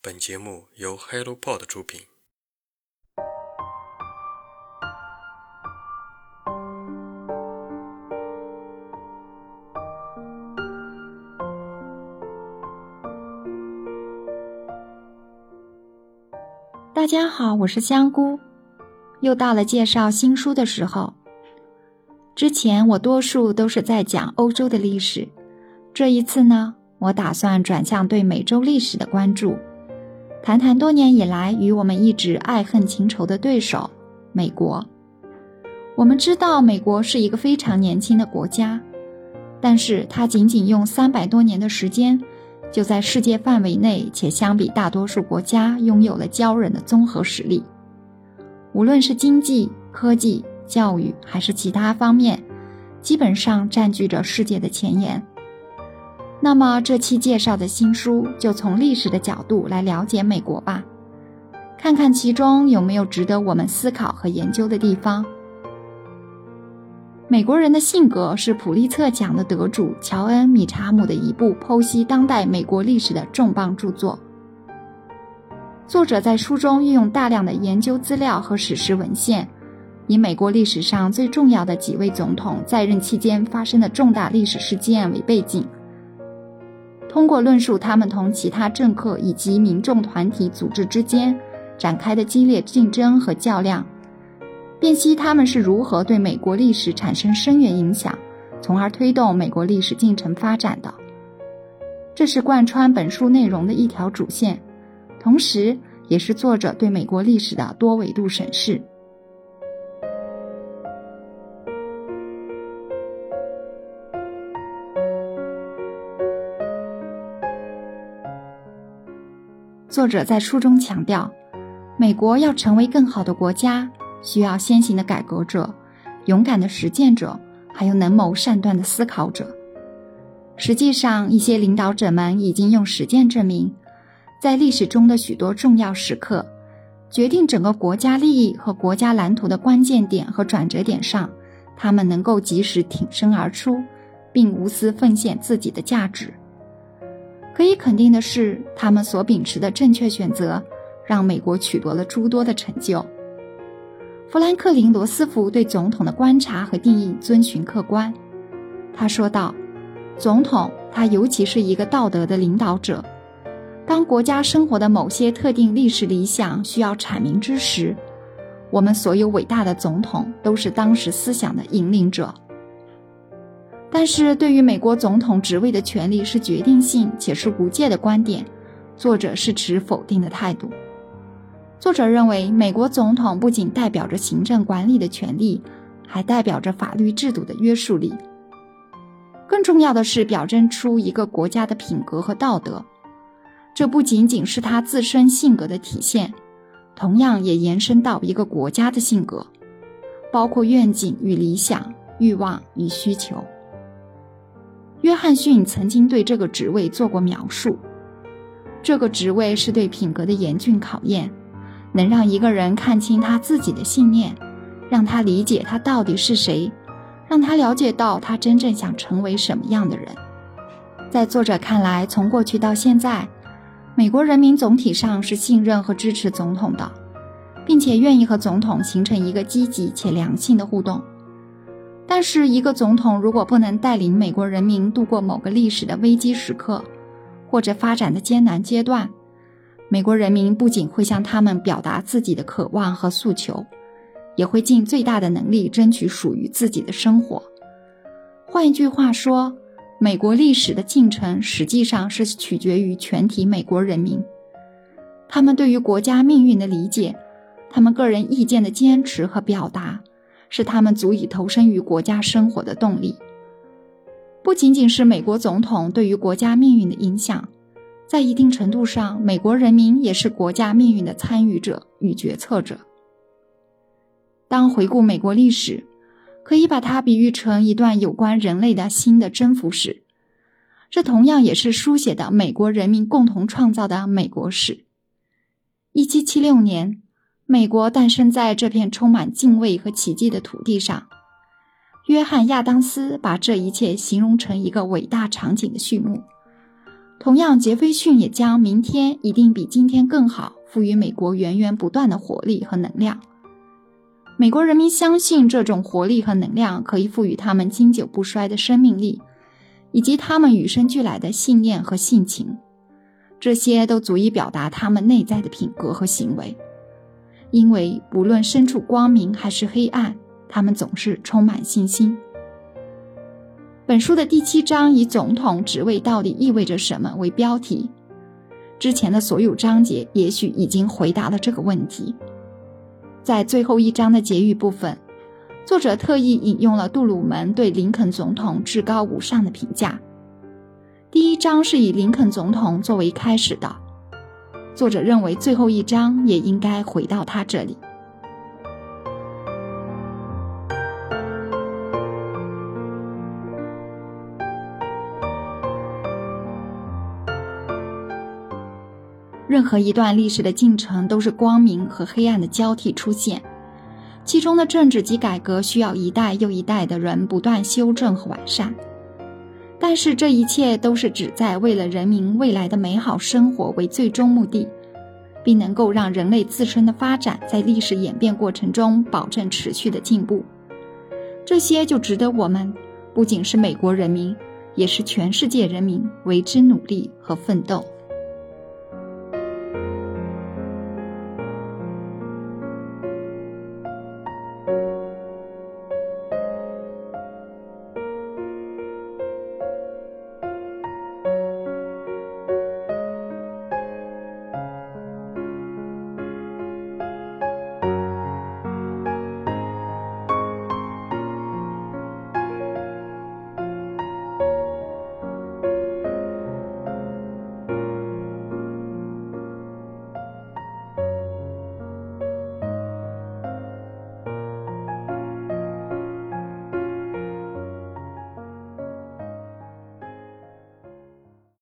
本节目由 HelloPod 出品。 大家好，我是香菇，又到了介绍新书的时候。之前我多数都是在讲欧洲的历史，这一次呢，我打算转向对美洲历史的关注，谈谈多年以来与我们一直爱恨情仇的对手美国。我们知道美国是一个非常年轻的国家，但是它仅仅用300多年的时间，就在世界范围内且相比大多数国家拥有了骄人的综合实力。无论是经济、科技、教育还是其他方面，基本上占据着世界的前沿。那么这期介绍的新书就从历史的角度来了解美国吧，看看其中有没有值得我们思考和研究的地方。美国人的性格是普利策奖的得主乔恩·米查姆的一部剖析当代美国历史的重磅著作。作者在书中运用大量的研究资料和史实文献，以美国历史上最重要的几位总统在任期间发生的重大历史事件为背景，通过论述他们同其他政客以及民众团体组织之间展开的激烈竞争和较量，辨析他们是如何对美国历史产生深远影响，从而推动美国历史进程发展的。这是贯穿本书内容的一条主线，同时也是作者对美国历史的多维度审视。作者在书中强调，美国要成为更好的国家，需要先行的改革者、勇敢的实践者，还有能谋善断的思考者。实际上，一些领导者们已经用实践证明，在历史中的许多重要时刻，决定整个国家利益和国家蓝图的关键点和转折点上，他们能够及时挺身而出，并无私奉献自己的价值。可以肯定的是，他们所秉持的正确选择，让美国取得了诸多的成就。富兰克林·罗斯福对总统的观察和定义遵循客观。他说道，总统他尤其是一个道德的领导者，当国家生活的某些特定历史理想需要阐明之时，我们所有伟大的总统都是当时思想的引领者。但是对于美国总统职位的权力是决定性且是无界的观点，作者是持否定的态度。作者认为，美国总统不仅代表着行政管理的权利，还代表着法律制度的约束力。更重要的是表征出一个国家的品格和道德，这不仅仅是他自身性格的体现，同样也延伸到一个国家的性格，包括愿景与理想、欲望与需求。约翰逊曾经对这个职位做过描述，这个职位是对品格的严峻考验，能让一个人看清他自己的信念，让他理解他到底是谁，让他了解到他真正想成为什么样的人。在作者看来，从过去到现在，美国人民总体上是信任和支持总统的，并且愿意和总统形成一个积极且良性的互动。但是一个总统如果不能带领美国人民度过某个历史的危机时刻，或者发展的艰难阶段，美国人民不仅会向他们表达自己的渴望和诉求，也会尽最大的能力争取属于自己的生活。换一句话说，美国历史的进程实际上是取决于全体美国人民，他们对于国家命运的理解，他们个人意见的坚持和表达，是他们足以投身于国家生活的动力。不仅仅是美国总统对于国家命运的影响，在一定程度上，美国人民也是国家命运的参与者与决策者。当回顾美国历史，可以把它比喻成一段有关人类的新的征服史，这同样也是书写的美国人民共同创造的美国史。1776年，美国诞生在这片充满敬畏和奇迹的土地上。约翰·亚当斯把这一切形容成一个伟大场景的序幕， 同样，杰斐逊也将明天一定比今天更好赋予美国源源不断的活力和能量。美国人民相信这种活力和能量可以赋予他们经久不衰的生命力，以及他们与生俱来的信念和性情，这些都足以表达他们内在的品格和行为。因为无论身处光明还是黑暗，他们总是充满信心。本书的第7章以总统职位到底意味着什么为标题，之前的所有章节也许已经回答了这个问题。在最后一章的结语部分，作者特意引用了杜鲁门对林肯总统至高无上的评价。第1章是以林肯总统作为开始的，作者认为最后一章也应该回到他这里。任何一段历史的进程都是光明和黑暗的交替出现，其中的政治及改革需要一代又一代的人不断修正和完善，但是这一切都是旨在为了人民未来的美好生活为最终目的，并能够让人类自身的发展在历史演变过程中保证持续的进步。这些就值得我们，不仅是美国人民，也是全世界人民为之努力和奋斗。